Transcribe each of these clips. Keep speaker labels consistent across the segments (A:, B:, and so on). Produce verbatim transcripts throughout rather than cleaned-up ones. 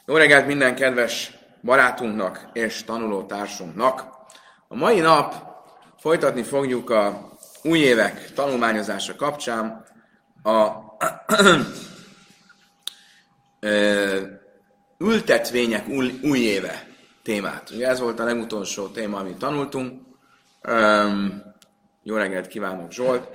A: Jó reggelt minden kedves barátunknak és tanulótársunknak! A mai nap folytatni fogjuk a új évek tanulmányozása kapcsán a ültetvények új éve témát. Ugye ez volt a legutolsó téma, amit tanultunk. Jó reggelt kívánok, Zsolt!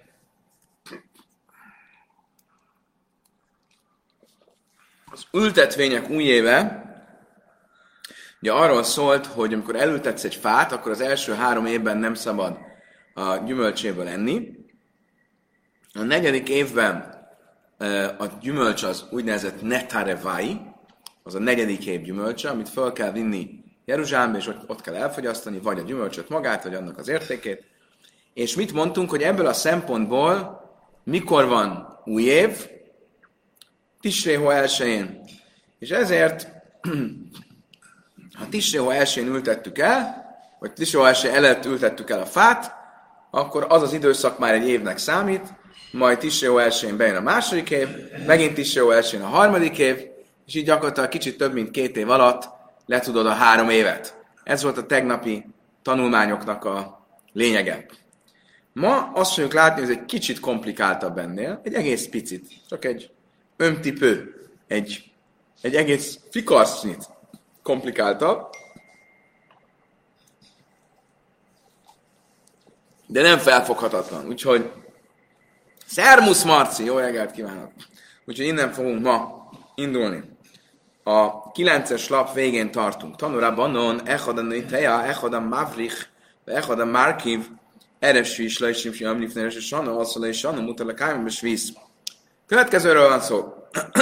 A: Az ültetvények új éve ugye arról szólt, hogy amikor elültetsz egy fát, akkor az első három évben nem szabad a gyümölcséből enni. A negyedik évben a gyümölcs az úgynevezett netarevai, az a negyedik év gyümölcse, amit fel kell vinni Jeruzsálembe, és ott kell elfogyasztani, vagy a gyümölcsöt magát, vagy annak az értékét. És mit mondtunk, hogy ebből a szempontból mikor van új év? Tisréhó elsején. És ezért, ha Tisréhó elsején ültettük el, vagy Tisréhó elsején előtt ültettük el a fát, akkor az az időszak már egy évnek számít, majd Tisréhó elsején bejön a második év, megint Tisréhó elsején a harmadik év, és így gyakorlatilag kicsit több mint két év alatt letudod a három évet. Ez volt a tegnapi tanulmányoknak a lényege. Ma azt fogjuk látni, hogy ez egy kicsit komplikáltabb ennél, egy egész picit, csak egy ömtipő, egy, egy egész fikarsznyit komplikáltabb, de nem felfoghatatlan. Úgyhogy szervusz Marci, jó reggelt kívánok! Úgyhogy innen fogunk ma indulni. A kilences lap végén tartunk. Tanulában non, echad a nőteja, echad a mavrich, echad a márkiv, eresvi is lejsim, si amlifneres, és sanna, asszala, és sanna, mutal kájmam, és víz. Következőről van szó.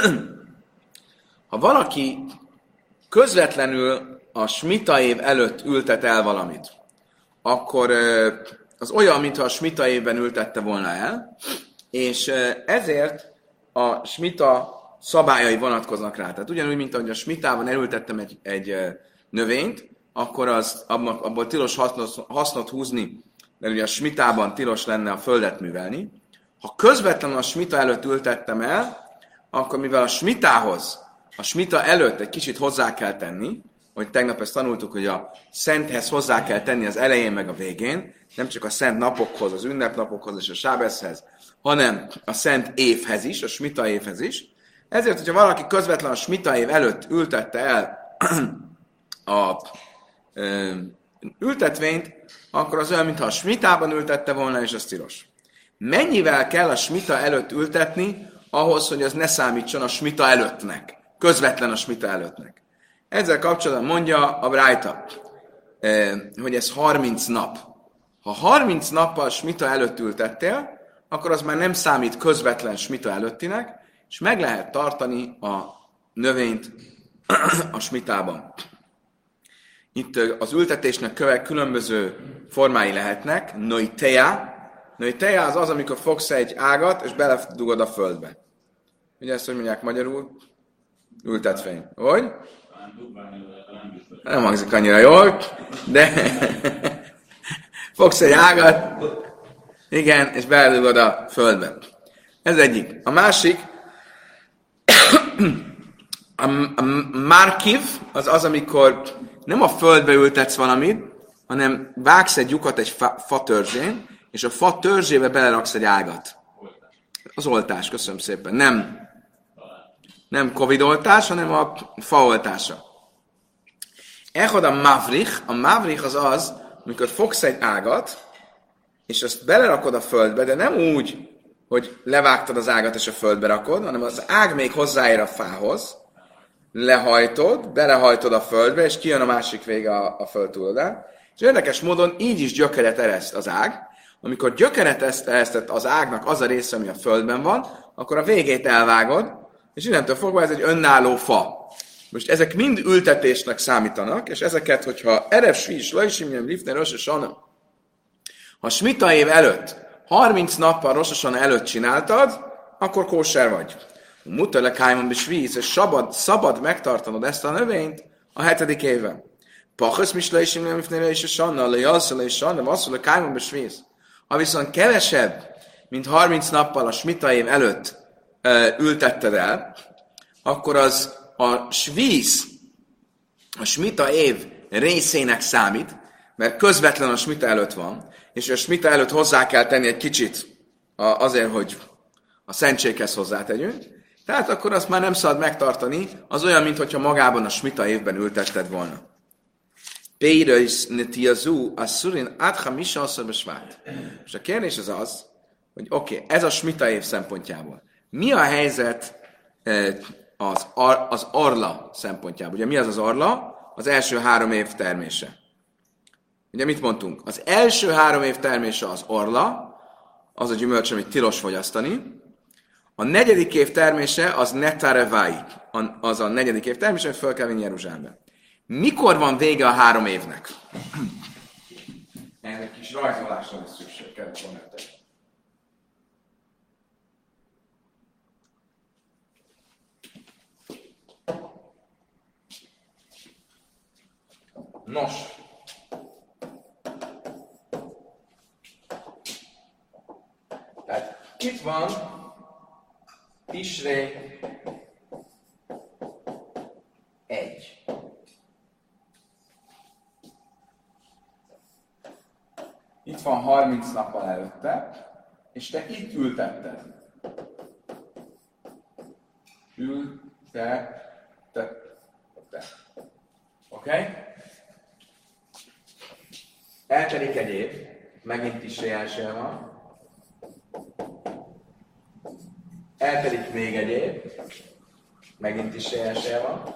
A: Ha valaki közvetlenül a smita év előtt ültet el valamit, akkor az olyan, mintha a smita évben ültette volna el, és ezért a smita szabályai vonatkoznak rá. Tehát ugyanúgy, mint ahogy a smitában elültettem egy, egy növényt, akkor az, abból tilos hasznot, hasznot húzni, mert ugye a smitában tilos lenne a földet művelni. Ha közvetlenül a smita előtt ültettem el, akkor mivel a smitához, a smita előtt egy kicsit hozzá kell tenni, hogy tegnap ezt tanultuk, hogy a szenthez hozzá kell tenni az elején meg a végén, nem csak a szent napokhoz, az ünnepnapokhoz és a sábeszhez, hanem a szent évhez is, a smita évhez is. Ezért, hogyha valaki közvetlen a smita év előtt ültette el a ö, ültetvényt, akkor az olyan, mintha a smitában ültette volna, és az tilos. Mennyivel kell a smita előtt ültetni, ahhoz, hogy az ne számítson a smita előttnek, közvetlen a smita előttnek. Ezzel kapcsolatban mondja a Brájta, hogy ez harminc nap. Ha harminc nappal smita előtt ültettél, akkor az már nem számít közvetlen smita előttinek, és meg lehet tartani a növényt a smitában. Itt az ültetésnek követ különböző formái lehetnek. Noiteja. Noiteja az az, amikor fogsz egy ágat, és beledugod a földbe. Ugye ezt hogy mondják magyarul? Ültetvény. Hogy? Nem hangzik annyira jól, de fogsz egy ágat, igen, és beledugod a földbe. Ez egyik. A másik, a, a márkiv, az az, amikor nem a földbe ültetsz valamit, hanem vágsz egy lyukat egy fa, fa törzsén, és a fa törzsébe beleraksz egy ágat. Az oltás, köszönöm szépen. Nem, nem Covid oltás, hanem a fa oltása. Echad a mavrich. A mavrich az az, amikor fogsz egy ágat, és azt belerakod a földbe, de nem úgy, hogy levágtad az ágat és a földbe rakod, hanem az ág még hozzáér a fához, lehajtod, belehajtod a földbe, és kijön a másik vége a, a föld túloldán. És érdekes módon így is gyökeret ereszt az ág. Amikor gyökeret eresztett az ágnak az a része, ami a földben van, akkor a végét elvágod, és innentől fogva ez egy önálló fa. Most ezek mind ültetésnek számítanak, és ezeket, hogyha erev svíz, lajsimjem, lifner, rösösan, ha smita év előtt, harminc nappal rososan előtt csináltad, akkor kóser vagy. Mutal a kájmon be svíz, és szabad, szabad megtartanod ezt a növényt a hetedik évben. Pachas mislejsim, nem ifnére is a sanna, le jalszala és sanna, vasszul a kájmon be svíz. Ha viszont kevesebb, mint harminc nappal a smita év előtt ö, ültetted el, akkor az a svíz, a smita év részének számít, mert közvetlen a smita előtt van, és a smita előtt hozzá kell tenni egy kicsit azért, hogy a szentséghez hozzátegyünk, tehát akkor azt már nem szabad megtartani, az olyan, mintha magában a smita évben ültetted volna. Péirais netiazú a szurin átha misa asszabesvát. És a kérdés az az, hogy oké, okay, ez a smita év szempontjából. Mi a helyzet az, ar, az arla szempontjából? Ugye mi az az arla? Az első három év termése. Ugye mit mondtunk? Az első három év termése az arla, az a gyümölcs, amit tilos fogyasztani. A negyedik év termése az netarevai, az a negyedik év termése, hogy fel kell vinni Jeruzsálembe. Mikor van vége a három évnek? Ez egy kis rajzolásra lesz szükség, kellett volna tenni. Nos. Tehát itt van Tisré egy. Itt van harminc nappal előtte, és te itt ültetted. Ültetted. Oké? Okay? Eltelik egy év, megint Tisré első van. Eltelik még egy év, megint Tisré első van.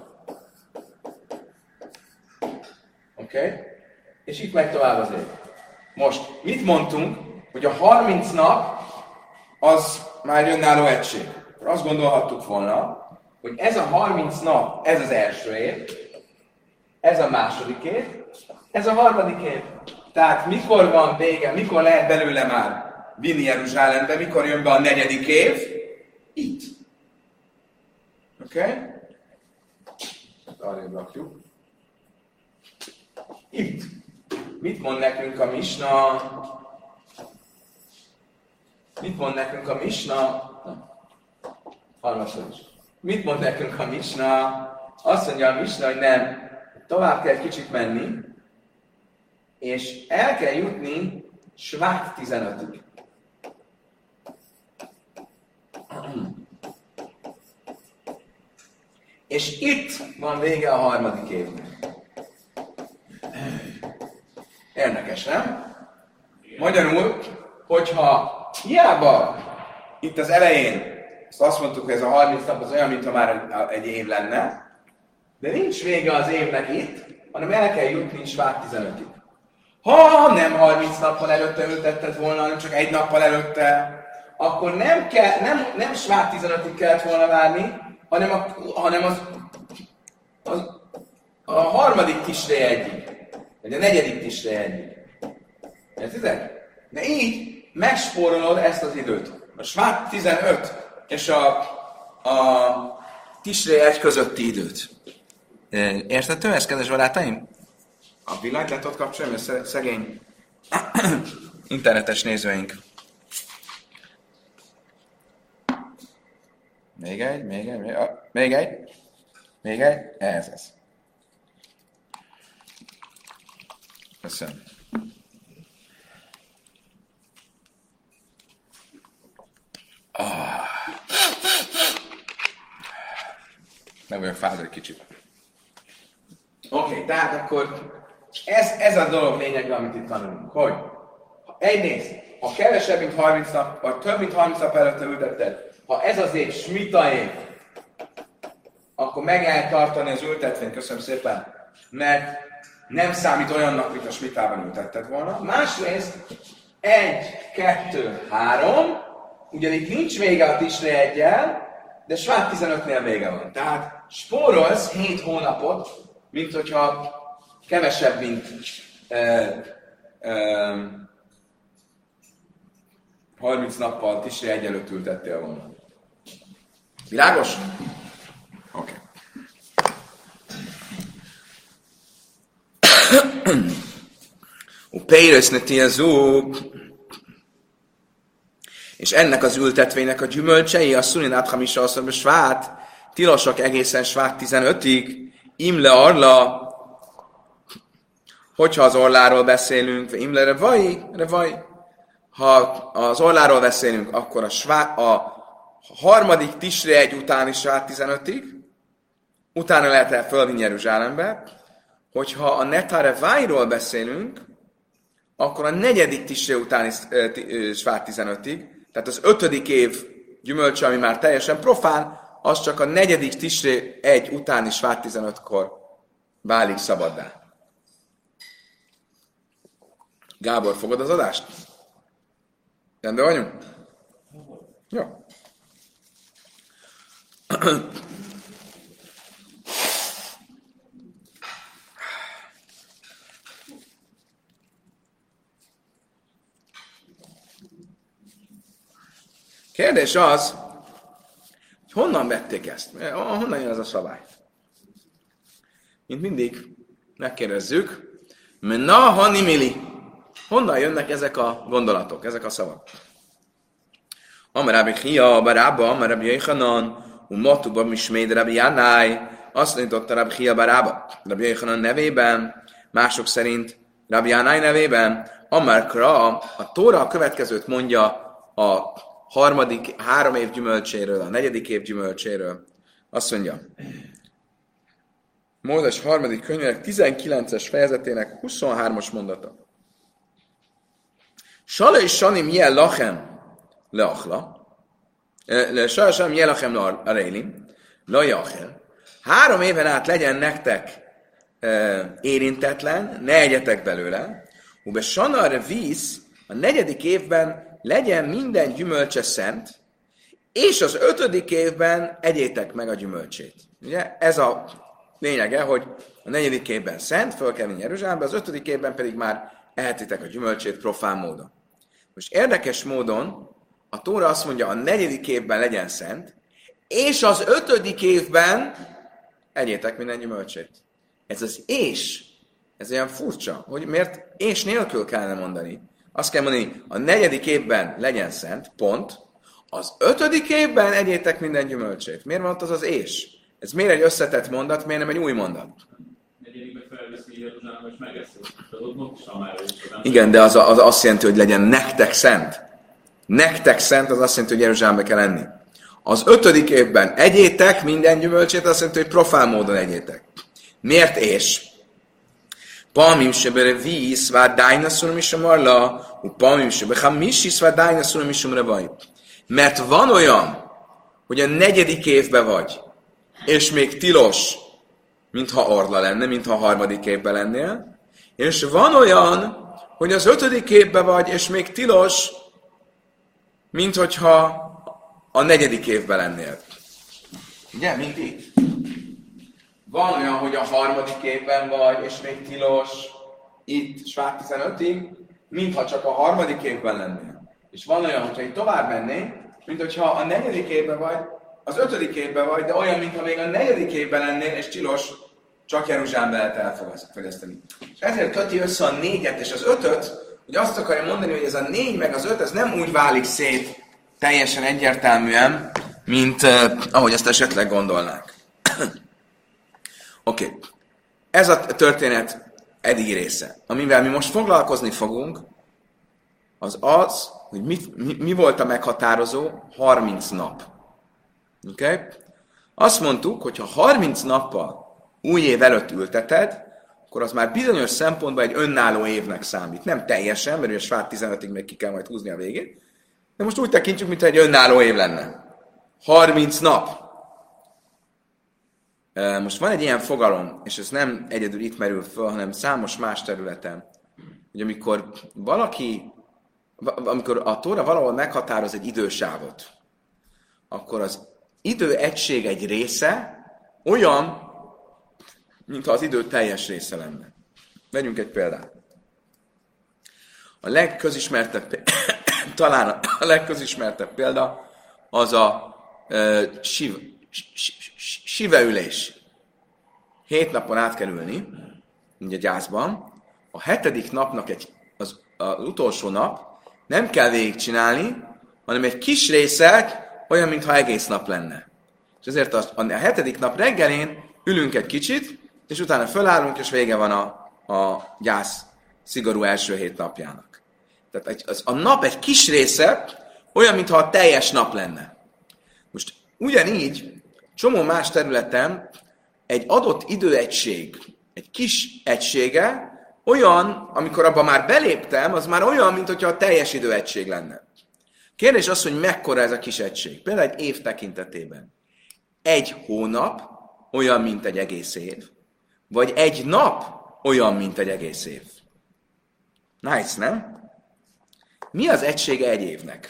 A: Oké? Okay? És itt megy tovább az év. Most, mit mondtunk, hogy a harminc nap az már önálló egység. Azt gondolhattuk volna, hogy ez a harminc nap, ez az első év, ez a második év, ez a harmadik év. Tehát mikor van vége, mikor lehet belőle már vinni Jeruzsálembe, mikor jön be a negyedik év? Itt. Oké? Okay? Arrébb rakjuk. Itt. Mit mond nekünk a Misna? Mit mond nekünk a Misna? Harmadszor is. Mit mond nekünk a Misna? Azt mondja a Misna, hogy nem. Tovább kell kicsit menni, és el kell jutni Svát tizenötig. És itt van vége a harmadik évnek. Érdekes, nem? Magyarul, hogyha hiába itt az elején azt mondtuk, hogy ez a harminc nap az olyan, mintha már egy év lenne, de nincs vége az évnek itt, hanem el kell jutni Svát tizenötig. Ha nem harminc nappal előtte ültetted volna, hanem csak egy nappal előtte, akkor nem, kell, nem, nem Svát tizenötig kellett volna várni, hanem, a, hanem az, az, a harmadik Tisré egyig, vagy a negyedik Tisré egyig. Értitek? De így megspórolod ezt az időt. A Svát tizenöt és a, a Tisré egy közötti időt. Értető ez, kedves barátaim? A villanyt lehet ott kapcsolni, mert szegény internetes nézőink. Még egy, még egy, még egy, még egy, még egy, ez ez. Köszönöm. Ah. Meg vagyok fázol egy kicsit. Oké, okay, tehát akkor ez, ez a dolog lényege, amit itt tanulunk. Hogy? Ha egyrészt, ha kevesebb, mint harminc nap, vagy több, mint harminc nap előtte ültetted, ha ez az év smita év, akkor meg kell tartani az ültetvényt, köszönöm szépen, mert nem számít olyannak, mint a smitában ültetted volna. Másrészt, egy, kettő, három, ugyan itt nincs vége a Tisré egyel, de Svát tizenötnél vége van. Tehát spórolsz hét hónapot, mint hogyha kevesebb, mint e, e, harminc nappal Tisré egy előtt ültettél volna. Világos? Oké. És ennek az ültetvénynek a gyümölcsei, a szunin áthamisa asszony svát, tilosak egészen svát tizenötig, imle arla, hogyha az orláról beszélünk, imle revaj, revaj. Ha az orláról beszélünk, akkor a, svá, a harmadik tisre egy utáni svát tizenötig, utána lehet el fölvinni Jeruzsálembe. Hogyha a netare vájról beszélünk, akkor a negyedik tisre utáni svát tizenötig, tehát az ötödik év gyümölcse, ami már teljesen profán, az csak a negyedik tisre egy utáni svát tizenötkor válik szabaddá. Gábor, fogod az adást? Rendben vagyunk? Jó. Kérdés az, hogy honnan vették ezt? Honnan jön ez a szabály? Mint mindig megkérdezzük, na hanimili, honnan jönnek ezek a gondolatok, ezek a szavak? Amar Rabbi Chia, Barába, Amar Rabbi Yochanan, Umatuba, Misméd, Rabbi Jánáj, azt tanította Rabbi Chia Barába, Rabbi Yochanan nevében, mások szerint Rabbi Jánáj nevében, Amar Kra, a Tóra a következőt mondja a harmadik, három év gyümölcséről, a negyedik év gyümölcséről. Azt mondja, Mózes harmadik könyvének tizenkilences fejezetének huszonhármas mondata. Sala és Sanim jel lachem leachla, Sala Sanim jel lachem learélim, leachel. Három éven át legyen nektek érintetlen, ne egyetek belőle, ube Sanar víz a negyedik évben legyen minden gyümölcse szent, és az ötödik évben egyétek meg a gyümölcsét. Ugye ez a lényege, hogy a negyedik évben szent, föl kell vinni Jeruzsálembe, az ötödik évben pedig már ehetitek a gyümölcsét profán módon. Most érdekes módon a Tóra azt mondja, a negyedik évben legyen szent, és az ötödik évben egyétek minden gyümölcsét. Ez az és, ez olyan furcsa, hogy miért és nélkül kellene mondani. Azt kell mondani, a negyedik évben legyen szent, pont, az ötödik évben egyétek minden gyümölcsét. Miért van ott az az és? Ez miért egy összetett mondat, miért nem egy új mondat?
B: Negyedikben felveszi Jeruzsálem, és megeszik.
A: Igen, de az, az azt jelenti, hogy legyen nektek szent. Nektek szent, az azt jelenti, hogy Jeruzsálembe kell lenni. Az ötödik évben egyétek minden gyümölcsét, azt jelenti, hogy profán módon egyétek. Miért és? Pamim sebere víz, vár dájnaszul is a marla, u pamim sebere hamisis, vár dájnaszul is a vaj. Mert van olyan, hogy a negyedik évben vagy, és még tilos, mintha orla lenne, mintha a harmadik évben lennél, és van olyan, hogy az ötödik évben vagy, és még tilos, mint hogyha a negyedik évben lennél. Ugye, mint itt. Van olyan, hogy a harmadik évben vagy, és még tilos, itt svát tizenötig, mintha csak a harmadik évben lennél. És van olyan, hogyha itt tovább mennél, mint hogyha a negyedik évben vagy, az ötödik évben vagy, de olyan, mintha még a negyedik évben lennél, és tilos, csak Jeruzsálembe lehet elfogyasztani. És ezért köti össze a négyet és az ötöt, hogy azt akarja mondani, hogy ez a négy meg az öt, ez nem úgy válik szét teljesen egyértelműen, mint uh, ahogy azt esetleg gondolnánk. Oké. Okay. Ez a történet eddigi része. Amivel mi most foglalkozni fogunk, az az, hogy mit, mi, mi volt a meghatározó harminc nap. Oké? Okay? Azt mondtuk, hogy ha harminc nappal új év előtt ülteted, akkor az már bizonyos szempontból egy önálló évnek számít. Nem teljesen, mert ugye svát tizenötig még ki kell majd húzni a végét, de most úgy tekintjük, mintha egy önálló év lenne. harminc nap. Most van egy ilyen fogalom, és ez nem egyedül itt merül föl, hanem számos más területen, hogy amikor valaki, amikor a Tóra valahol meghatároz egy idősávot, akkor az idő egység egy része olyan, mintha az idő teljes része lenne. Vegyünk egy példát. A legközismertebb, talán a legközismertebb példa az a uh, siv, siveülés. Hét napon át kell ülni, ugye gyászban. A hetedik napnak egy, az, az utolsó nap nem kell végigcsinálni, hanem egy kis része olyan, mintha egész nap lenne. És ezért a, a hetedik nap reggelén ülünk egy kicsit, és utána fölállunk, és vége van a, a gyász szigorú első hét napjának. Tehát egy, az, a nap egy kis része olyan, mintha a teljes nap lenne. Most ugyanígy csomó más területen egy adott időegység, egy kis egysége olyan, amikor abban már beléptem, az már olyan, mint hogyha a teljes időegység lenne. Kérdés az, hogy mekkora ez a kis egység. Például egy év tekintetében. Egy hónap olyan, mint egy egész év, vagy egy nap olyan, mint egy egész év. Nice, nem? Mi az egysége egy évnek?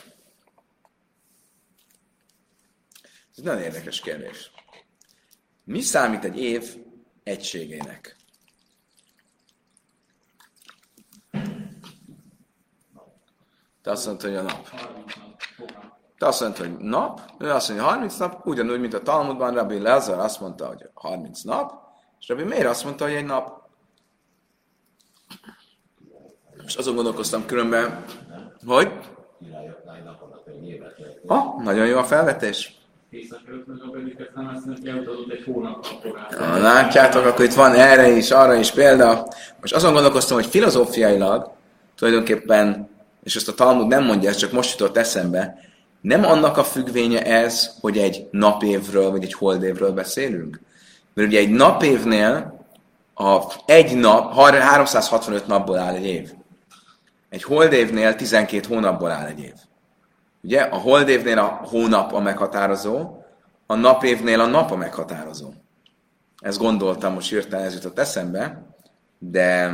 A: Ez nagyon érdekes kérdés. Mi számít egy év egységének? Te azt mondtad, hogy a nap. Te azt mondtad, hogy nap, ő azt mondja, hogy harminc nap, ugyanúgy, mint a Talmudban, Rabbi Leazar azt mondta, hogy harminc nap, és Rabbi Meir azt mondta, hogy egy nap. Most azon gondolkoztam különben, hogy? Ha, nagyon jó a felvetés. Na, látjátok, akkor itt van erre is, arra is példa. Most azon gondolkoztam, hogy filozófiailag tulajdonképpen, és ezt a Talmud nem mondja, ez csak most jutott eszembe, nem annak a függvénye ez, hogy egy napévről, vagy egy holdévről beszélünk. Mert ugye egy napévnél a egy nap, háromszázhatvanöt napból áll egy év. Egy holdévnél tizenkét hónapból áll egy év. Ugye a holdévnél a hónap a meghatározó, a napévnél a nap a meghatározó. Ezt gondoltam, most hirtelen ez jutott eszembe, de,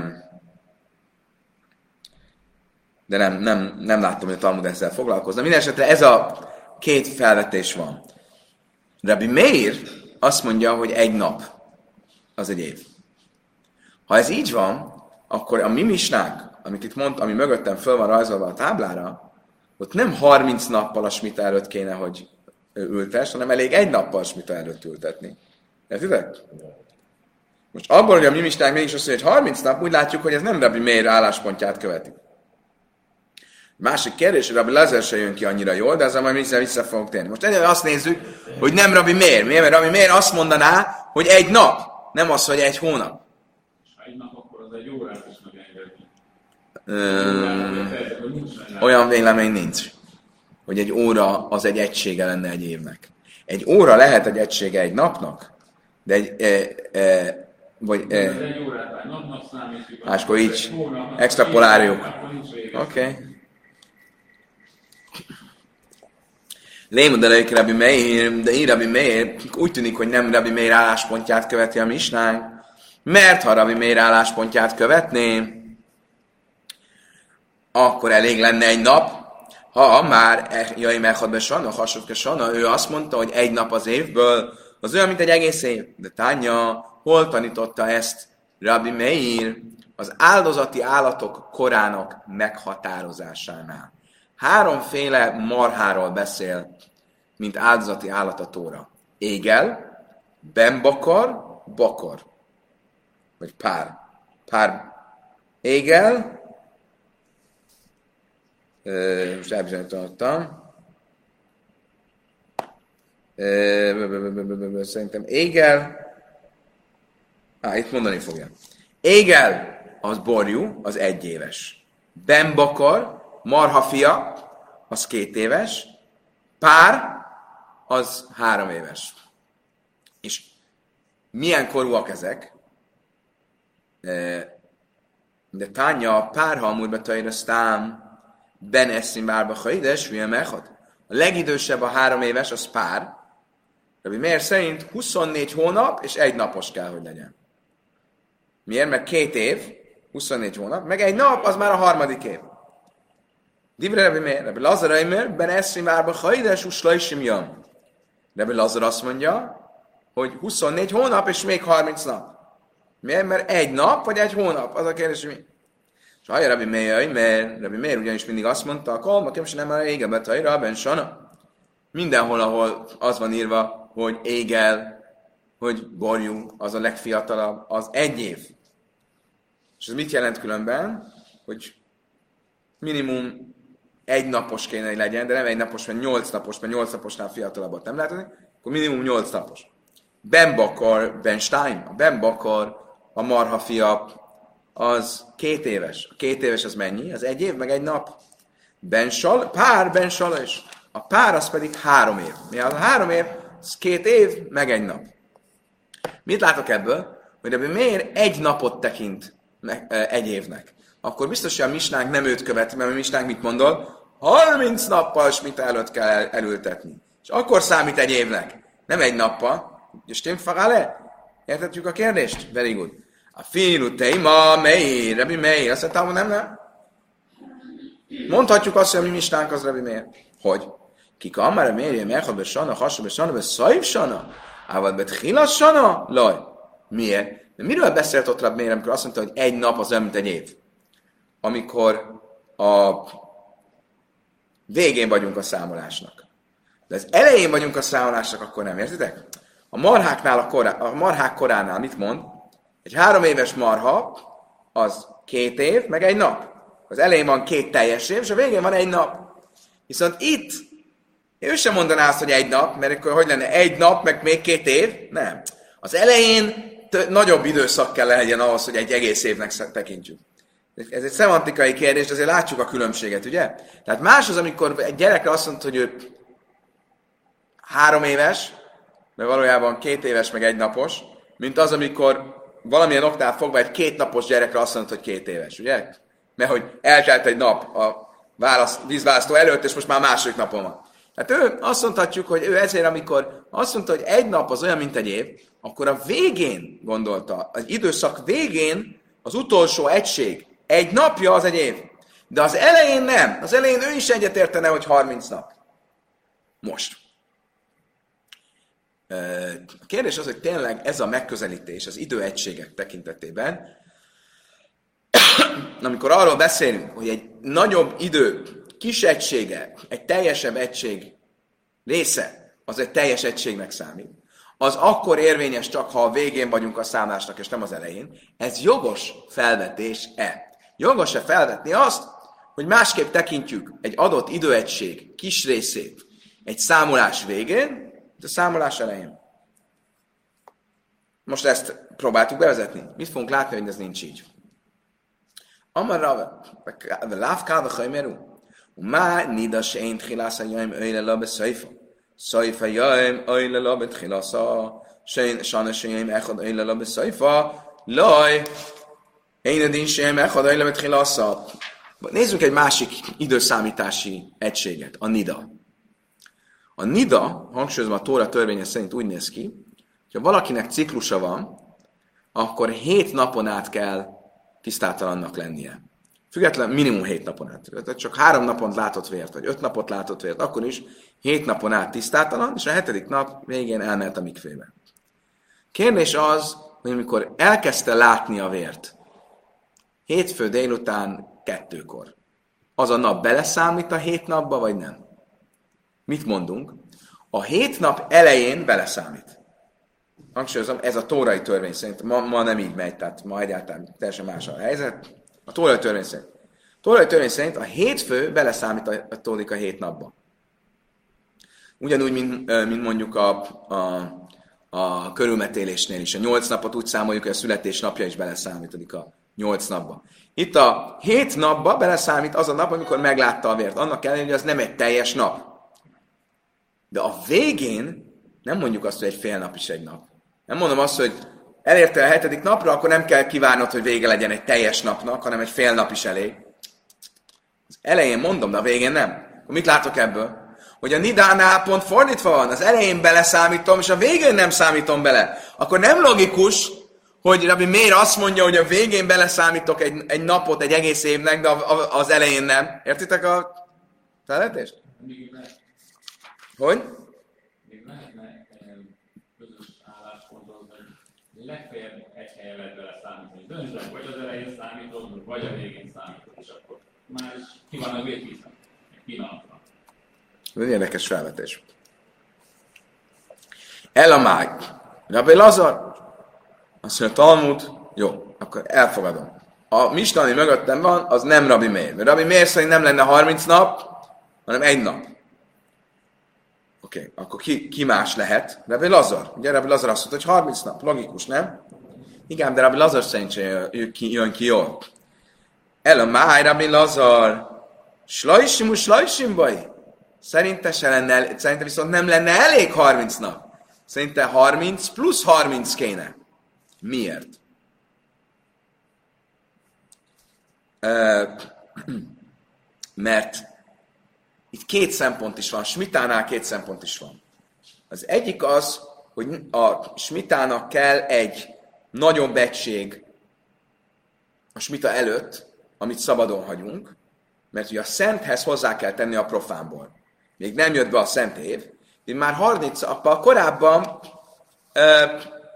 A: de nem, nem, nem láttam, hogy a Talmud ezzel foglalkozna. Mindenesetre ez a két felvetés van. Rabbi Meir azt mondja, hogy egy nap az egy év. Ha ez így van, akkor a mi misnánk, amit itt mond, ami mögöttem föl van rajzolva a táblára, ott nem harminc nappal a smita előtt kéne, hogy ültess, hanem elég egy nappal a smita előtt ültetni. Értitek? Most abból, hogy a mi misnánk mégis azt mondja, hogy harminc nap, úgy látjuk, hogy ez nem Rabbi Meir álláspontját követi. Másik kérdés, hogy Rabbi Lezer se jön ki annyira jól, de ezzel majd vissza, vissza fogok térni. Most egyébként azt nézzük, hogy nem Rabbi Meir. Miért? Mert Rabbi Meir azt mondaná, hogy egy nap, nem az, hogy egy hónap.
B: És ha egy nap, akkor az egy órát is megengedni.
A: Olyan vélemény nincs, hogy egy óra az egy egysége lenne egy évnek. Egy óra lehet egy egysége egy napnak, de egy... E, e, vagy... E, máskor így extrapoláljuk. Oké. Okay. Lémudelejük Rabbi Meir, de így Rabbi Meir úgy tűnik, hogy nem Rabbi Meir álláspontját követi a misnánk, mert ha Rabbi Meir álláspontját követné, akkor elég lenne egy nap, ha már jaj mechadbe sana, hasovke sana, ő azt mondta, hogy egy nap az évből, az olyan, mint egy egész év. De Tánya, hol tanította ezt Rabbi Meir? Az áldozati állatok korának meghatározásánál. Háromféle marháról beszél, mint áldozati állat a Tóra. Égel, benbakar, bakar. Vagy pár. Pár égel, Uh, most elbizonyítottam. Uh, szerintem égel. Á, itt mondani fogja. Égel az borjú, az egy éves. Benbakar, marhafia, az két éves. Pár, az három éves. És milyen korúak ezek? Uh, de Tánya párhalmúrba tajrasztám Ben eszim bárba haides, hülye mechad. A legidősebb a három éves, az pár. Rabbi Meir szerint huszonnégy hónap és egy napos kell, hogy legyen. Miért? Mert két év, huszonnégy hónap, meg egy nap, az már a harmadik év. Divre Rabbi Meir, Rabbi Lazar Aimer, Ben eszim bárba haides, uslaisim jön. Rabbi Lazar azt mondja, hogy huszonnégy hónap és még harminc nap. Miért? Mert egy nap vagy egy hónap, az a kérdés, mi? És hallja Rabbi Meir, mert Rabbi Meir ugyanis mindig azt mondta, akkor nekem sem nem a égebet, ha Rabben sana. Mindenhol, ahol az van írva, hogy égel, hogy borjú, az a legfiatalabb, az egy év. És ez mit jelent különben? Hogy minimum egy napos kéne, hogy legyen, de nem egy napos, mert nyolc napos, mert nyolc naposnál fiatalabbat nem lehet adni. akkor minimum nyolc napos. Ben Bakar, Ben Stein, a Ben Bakar, a marha fia, az két éves. A két éves az mennyi? Az egy év, meg egy nap. Ben Sal, pár Ben Salés. A pár az pedig három év. Mi az a három év? Az két év, meg egy nap. Mit látok ebből? Hogy ebből miért egy napot tekint egy évnek? Akkor biztos, hogy a misnánk nem őt követi, mert a misnánk mit mondol? harminc nappal mit előtt kell el, elültetni. És akkor számít egy évnek. Nem egy nappal. És stimmt fagale? Értetjük a kérdést? Very good. A fiú teima, mely, Rabbi Meir. Azt mondtam, hogy nem, nem. Mondhatjuk azt, hogy a mi misnánk az Rabbi Meir. Hogy? Kika amár mérje, mechad be sana, hasra be sana, be szaiv sana, ával be tchilas sana? Laj. Miért? De miről beszélt ott Rabbi Meir, amikor azt mondta, hogy egy nap az olyan, mint egy év? Amikor a végén vagyunk a számolásnak. De az elején vagyunk a számolásnak, akkor nem értitek? A marháknál, a, korá, a marhák koránál mit mond? Egy három éves marha, az két év, meg egy nap. Az elején van két teljes év, és a végén van egy nap. Viszont itt, ő sem mondaná azt, hogy egy nap, mert akkor hogy lenne egy nap, meg még két év? Nem. Az elején t- nagyobb időszak kell legyen ahhoz, hogy egy egész évnek tekintsük. Ez egy szemantikai kérdés, de azért látjuk a különbséget, ugye? Tehát más az, amikor egy gyerekre azt mondta, hogy ő három éves, mert valójában két éves, meg egy napos, mint az, amikor valamilyen oknál fogva egy két napos gyerekre azt mondta, hogy két éves, ugye? Mert hogy eltelt egy nap a válasz, vízválasztó előtt, és most már második napon van. Tehát ő azt mondhatjuk, hogy ő ezért, amikor azt mondta, hogy egy nap az olyan, mint egy év, akkor a végén gondolta, az időszak végén az utolsó egység, egy napja az egy év. De az elején nem. Az elején ő is egyetértene, hogy harminc nap. Most. A kérdés az, hogy tényleg ez a megközelítés az időegységek tekintetében, amikor arról beszélünk, hogy egy nagyobb idő, kis egysége, egy teljesebb egység része, az egy teljes egységnek számít, az akkor érvényes csak, ha a végén vagyunk a számlásnak, és nem az elején. Ez jogos felvetés-e? Jogos-e felvetni azt, hogy másképp tekintjük egy adott időegység kis részét egy számolás végén, mint a számolás elején? Most ezt próbáltuk bevezetni. Mit fogunk látni, hogy ez nincs így? Amarra, lávkáva hajmerú, má nida se én tchilásza jöjjön öjle labe szajfa. Szajfa jöjjön öjle labe tchilásza, sajna se jöjjön echad öjle labe szajfa, laj, én edin se jöjjön echad öjle labe tchilásza. Nézzünk egy másik időszámítási egységet, a nida. A nida, hangsúlyozva a Tóra törvénye szerint úgy néz ki, ha valakinek ciklusa van, akkor hét napon át kell tisztátalannak lennie. Független minimum hét napon át. Tehát csak három napon látott vért, vagy öt napot látott vért, akkor is hét napon át tisztátalan, és a hetedik nap végén elmehet a mikvébe. Kérdés az, hogy amikor elkezdte látni a vért, hétfő délután kettőkor, az a nap beleszámít a hét napba, vagy nem? Mit mondunk? A hét nap elején beleszámít. Hangsúlyozom, ez a tórai törvény szerint. Ma, ma nem így megy, tehát ma egyáltalán teljesen más a helyzet. A tórai törvény szerint. A tórai törvény szerint a hétfő beleszámítódik a hét napba. Ugyanúgy, mint, mint mondjuk a, a, a körülmetélésnél is. A nyolc napot úgy számoljuk, hogy a születésnapja is beleszámítódik a nyolc napba. Itt a hét napba beleszámít az a nap, amikor meglátta a vért. Annak ellenére, hogy az nem egy teljes nap. De a végén nem mondjuk azt, hogy egy fél nap is egy nap. Nem mondom azt, hogy elérte a hetedik napra, akkor nem kell kívánod, hogy vége legyen egy teljes napnak, hanem egy fél nap is elég. Az elején mondom, de a végén nem. Akkor mit látok ebből? Hogy a nidánál pont fordítva van. Az elején beleszámítom, és a végén nem számítom bele. Akkor nem logikus, hogy Rabbi Meir azt mondja, hogy a végén beleszámítok egy, egy napot, egy egész évnek, de az elején nem. Értitek a felvetést? Hogy?
B: Még lehetne közös állásponton, hogy legfeljebb egy helyen lehet bele számítani. Döntsd, vagy az elején számítod, vagy a végén számítod, és akkor már is ki van a végvízem, egy pillanatra.
A: Ez egy érdekes felvetés. El a mág. Rabbi Lazar. Azt mondja, Talmud. Jó, akkor elfogadom. A misnani mögöttem van, az nem Rabbi Meir. Mert Rabbi Meir szerint nem lenne harminc nap, hanem egy nap. Oké, okay. Akkor ki, ki más lehet? Rabbi Lazar. Ugye Rabbi Lazar azt mondta, hogy harminc nap. Logikus, nem? Igen, de Rabbi Lazar szerint jön ki, jön ki jól. El a máj, Rabbi Lazar. Slajsim, u slajsim baj. Szerinte se lenne, szerinte viszont nem lenne elég harminc nap. Szerinte harminc plusz harminc kéne. Miért? Uh, mert itt két szempont is van, smitánál két szempont is van. Az egyik az, hogy a smitának kell egy nagyobb egység a smita előtt, amit szabadon hagyunk, mert ugye a szenthez hozzá kell tenni a profánból. Még nem jött be a szent év, de már harminc nappal korábban ö,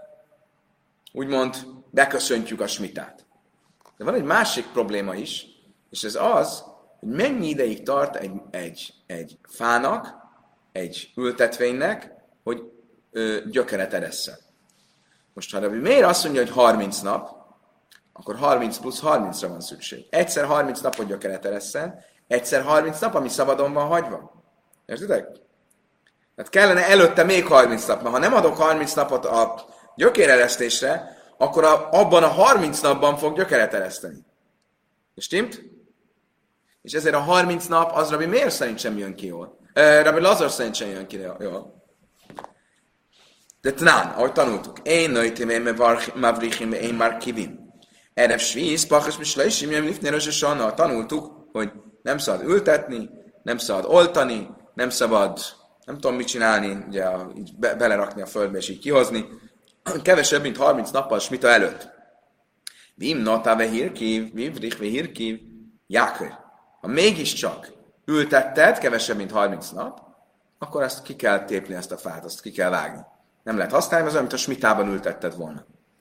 A: úgymond beköszöntjük a smitát. De van egy másik probléma is, és ez az, hogy mennyi ideig tart egy, egy, egy fának, egy ültetvénynek, hogy ö, gyökeret eresszen. Most ha Rabbi Meir azt mondja, hogy harminc nap, akkor harminc plusz harmincra van szükség. Egyszer harminc napot gyökeret eresszen, egyszer harminc nap, ami szabadon van hagyva. Értitek? Tehát kellene előtte még harminc nap, mert ha nem adok harminc napot a gyökéreresztésre, akkor a, abban a harminc napban fog gyökeret ereszteni. És stimmt? És ezért a harminc nap az Rabbi Meir szerint sem jön ki jól. Uh, Rabbi Lazar szerint sem jön ki jól. De tnán, ahogy tanultuk. Én nőjtém, én mavrichim, én már kivim. Erev svíz, pachas mislaisim, jön lifnér a tanultuk, hogy nem szabad ültetni, nem szabad oltani, nem szabad, nem tudom mit csinálni, ugye így be, belerakni a földbe és így kihozni. Kevesebb, mint harminc nappal smita előtt. Vim nata vehirkiv, vivrich vehirkiv, jákör. Ha mégiscsak ültetted, kevesebb, mint harminc nap, akkor azt ki kell tépni, ezt a fát, azt ki kell vágni. Nem lehet használni, az olyan, mint a smitában ültetted volna.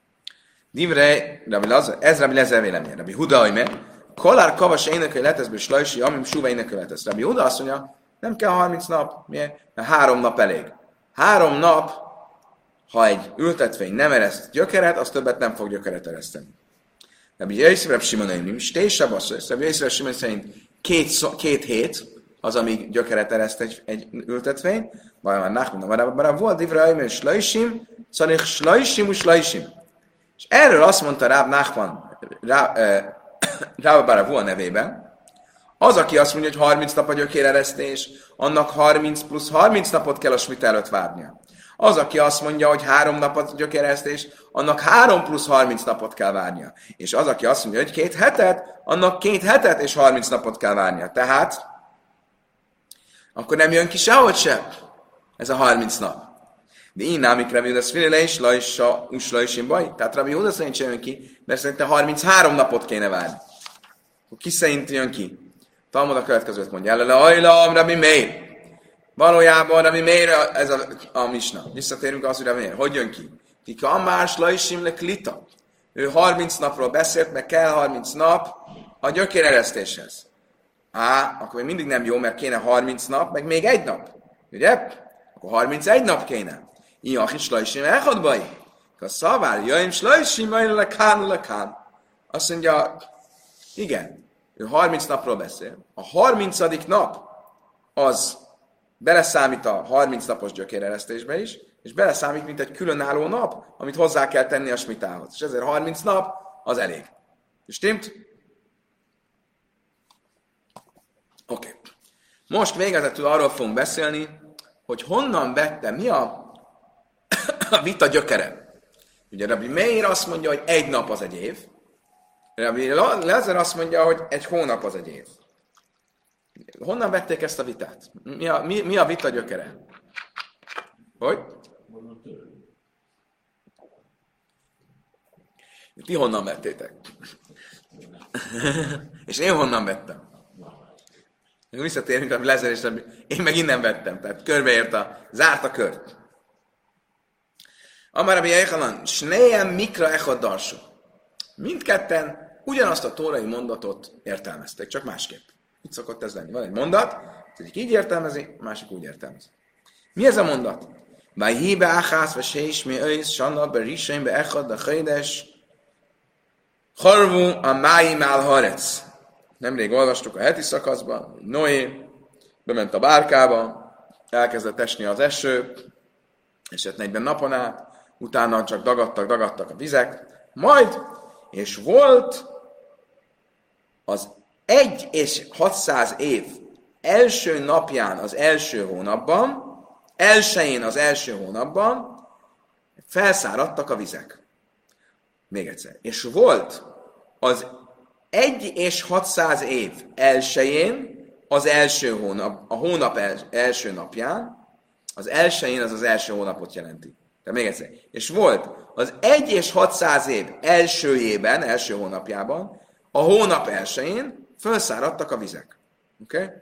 A: Divre, ez Rabbi Lezer véleménye. Rabbi Huda, hogy meg, kolár kavas énekel leteszből slajsi, amim súva énekel letesz. Rabbi Huda azt mondja, nem kell harminc nap, miért? Mert három nap elég. Három nap, ha egy ültetvény nem ereszt gyökeret, az többet nem fog gyökeret ereszteni. Rabbi Jöjszövrebb Simonaim, és te is sabasz, Rabbi Jöjszövrebb Simon szerint két, két hét az, amíg gyökeret ereszt egy, egy ültetvény, vagy már Nachman, már volt Divre Aimer slajsim, szóval slajsim, slajsim. És erről azt mondta Ráb Nachman, Ráb Baravua nevében, az, aki azt mondja, hogy harminc nap a gyökéreresztés, annak harminc plusz harminc napot kell a smita előtt várnia. Az, aki azt mondja, hogy három nap a gyökéreresztés, annak három plusz harminc napot kell várnia. És az, aki azt mondja, hogy két hetet, annak két hetet és harminc napot kell várnia. Tehát, akkor nem jön ki sehogy se ez a harminc nap. De én námik Rabbi Huda szfilele is, lajsa, usla is én baj. Tehát Rabbi Huda szerint sem jön ki, mert szerintem harminchárom napot kéne várni. Akkor ki szerint jön ki? Talmud a következőt mondja. Ellele ajlam, Rabbi Meir. Valójában Rabbi Meir, ez a, a misna. Visszatérünk az, hogy Rabbi Meir. Hogy jön ki? Kika amás lajsim le klita. Ő harminc napról beszélt, meg kell harminc nap a gyökéreresztéshez. Á, akkor még mindig nem jó, mert kéne harminc nap, meg még egy nap. Ugye? Akkor harmincegy nap kéne. Iach is lajsim elhodbai. A szavár, jöjjön slajsim, majd lekán, lekán. Azt mondja, igen, ő harminc napról beszél. A harmincadik nap az beleszámít a harminc napos gyökéreresztésbe is, és beleszámít, mint egy különálló nap, amit hozzá kell tenni a smitához. És ezért harminc nap az elég. Stimmt? Oké. Okay. Most végezetül arról fogunk beszélni, hogy honnan vette, mi a, a vita gyökere. Ugye Rabbi Meir azt mondja, hogy egy nap az egy év. Rabbi Lezer azt mondja, hogy egy hónap az egy év. Honnan vették ezt a vitát? Mi a, mi, mi a vita gyökere? Hogy? Ti honnan vettétek? És én honnan vettem? Visszatérünk, Rabbi Lezer és Rabbi... Én meg innen vettem, tehát körbeért a... zárt a kört. Amar Rabbi Yechanan, Sneem mikra echad darsu. Mindketten ugyanazt a tórai mondatot értelmezték, csak másképp. Itt szokott ez lenni. Van egy mondat, az egyik így értelmezi, a másik úgy értelmezi. Mi ez a mondat? Vajhibe achász, ve sés, mi ősz, sanna, be riseim, be echad, de chajdes, harvu a máim áll harec. Nemrég olvastuk a heti szakaszban, Noé bement a bárkába, elkezdett esni az eső, esett negyven napon át, utána csak dagadtak, dagadtak a vizek, majd, és volt az egy és hatszáz év első napján az első hónapban, elsején az első hónapban felszáradtak a vizek. Még egyszer. És volt az egy és hatszáz év elsején az első hónap, a hónap els, első napján, az elsején az az első hónapot jelenti. De még egyszer. És volt az egy és hatszáz év elsőjében, első hónapjában, a hónap elsején felszáradtak a vizek. Oké? Okay?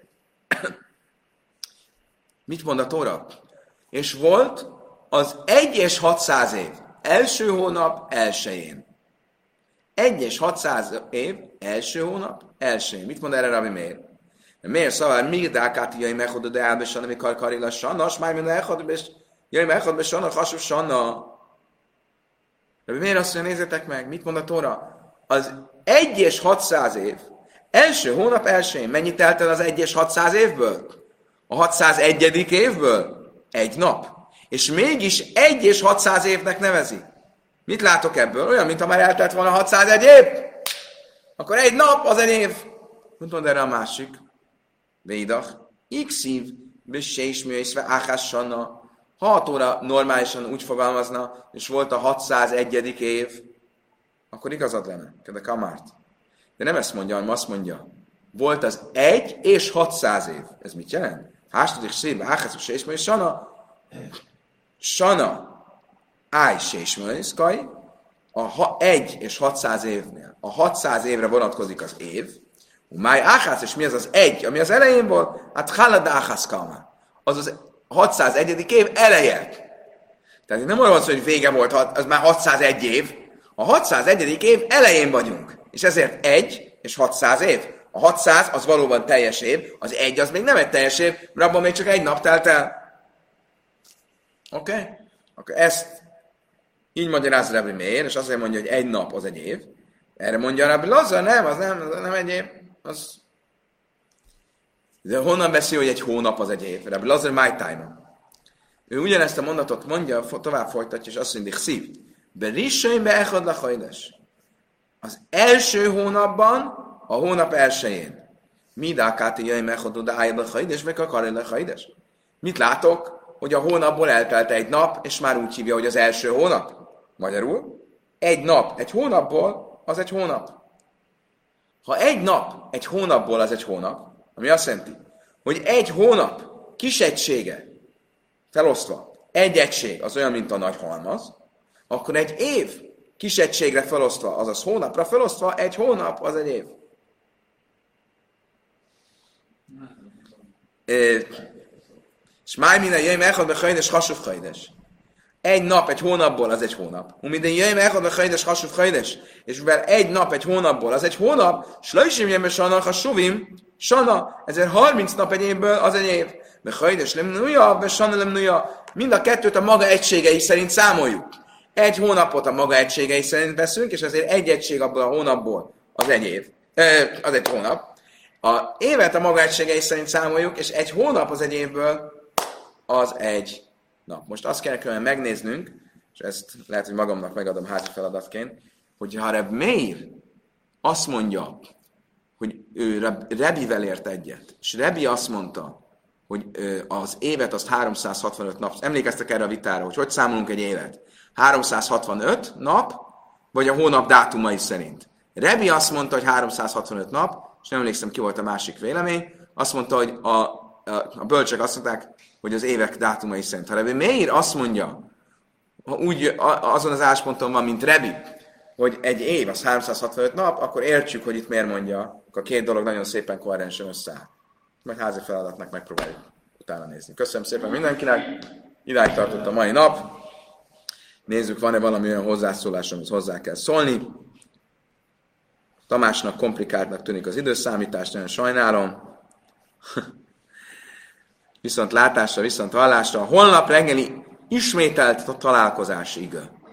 A: Mit mond a Tóra? És volt az egy és hatszáz év első hónap elsején. egy és hatszáz év első hónap elsején. Mit mond erre Rabbi Meir? Miért szóval még dákáti jöjj meghodod de elbesan, amikor karila sanna, és már minden elhodod, és jöjj meghodod, és sanna, hasú sanna. Rabbi Meir azt mondja, nézzétek meg, mit mond a Tóra? Az egy és hatszáz év első hónap elsején. Mennyit telt el az egy és hatszáz évből? A hatszázegyedik évből? Egy nap. És mégis egy és hatszáz évnek nevezi. Mit látok ebből? Olyan, mintha már eltelt volna hatszázegy év. Akkor egy nap az egy év. Mit mond erre a másik? Védach. X-ív, bessésműészve, áhássanna. Ha a Tóra normálisan úgy fogalmazna, és volt a hatszázegyedik év, akkor igazad lenne. Kedve kamárt. De nem ezt mondja, hanem azt mondja. Volt az egy és hatszáz év. Ez mit jelent? Hástodik szébe, áhásműészve, sanna. Sana, áj, sésmőiszkai, a egy és hatszáz évnél. A hatszáz évre vonatkozik az év. Máj áhász, és mi az az egy, ami az elején volt? Hát halad áhász kalma. Az az hatszázegyedik év eleje. Tehát nem arról van szó, hogy vége volt, az már hatszázegy év. A hatszázegyedik év elején vagyunk. És ezért egy és hatszáz év. A hatszáz az valóban teljes év, az egy az még nem egy teljes év, mert abban még csak egy nap telt el. Oké? Okay? Akkor ezt így magyaráz Rabbi Meir, és azért mondja, hogy egy nap az egy év. Erre mondja Rabbi Lazar, nem, az nem, az nem egy év. Az... De honnan beszél, hogy egy hónap az egy év? Rabbi Lazar my time. Ő ugyanezt a mondatot mondja, tovább folytatja, és azt mondja, szív. Berissaim beechad lachajdes. Az első hónapban, a hónap elsején. Midákáti jöjj mechodod ájad lachajdes, meg akarj lachajdes. Mit látok? Hogy a hónapból eltelt egy nap, és már úgy hívja, hogy az első hónap. Magyarul, egy nap egy hónapból, az egy hónap. Ha egy nap egy hónapból, az egy hónap, ami azt jelenti, hogy egy hónap kis egysége felosztva, egy egység az olyan, mint a nagy halmaz, akkor egy év kis egységre felosztva, azaz hónapra felosztva, egy hónap az egy év. És máj minden jöjj meg, be hajdes, hasuf hajdes. Egy nap egy hónapból az egy hónap. Minden jöjj meg, be hajdes, hasuf hajdes. És mivel egy nap egy hónapból az egy hónap, slajsim jöjj sana, hasuvim, sana, ezért harminc nap egy évből az egy év. Be hajdes, lemnuja, be sana lemnuja. Mind a kettőt a maga egységei szerint számoljuk. Egy hónapot a maga egységei szerint veszünk, és ezért egy egység abból a hónapból az egy év. Az egy hónap. A évet a maga egységei szerint számoljuk, és egy hónap az egy évből az egy nap. Most azt kell külön megnéznünk, és ezt lehet, hogy magamnak megadom házi feladatként, hogy ha Reb Meir azt mondja, hogy ő Rebivel ért egyet, és Rebi azt mondta, hogy az évet azt háromszázhatvanöt nap, emlékeztek erre a vitára, hogy hogy számolunk egy évet? háromszázhatvanöt nap, vagy a hónap dátumai szerint. Rebi azt mondta, hogy háromszázhatvanöt nap, és nem emlékszem, ki volt a másik vélemény, azt mondta, hogy a, a, a bölcsek azt mondták, hogy az évek dátumai szerint. Ha Rebi Meir azt mondja, ha úgy azon az állásponton van, mint Rebi, hogy egy év az háromszázhatvanöt nap, akkor értsük, hogy itt miért mondja, akkor a két dolog nagyon szépen koherensen összeáll. Meg házi feladatnak megpróbáljuk utána nézni. Köszönöm szépen mindenkinek, idáig tartott a mai nap. Nézzük, van-e valami olyan hozzászólás, amihez hozzá kell szólni. Tamásnak komplikáltnak tűnik az időszámítás, nagyon sajnálom. Viszont látásra, viszont hallásra. Holnap reggeli ismételt találkozás igaz.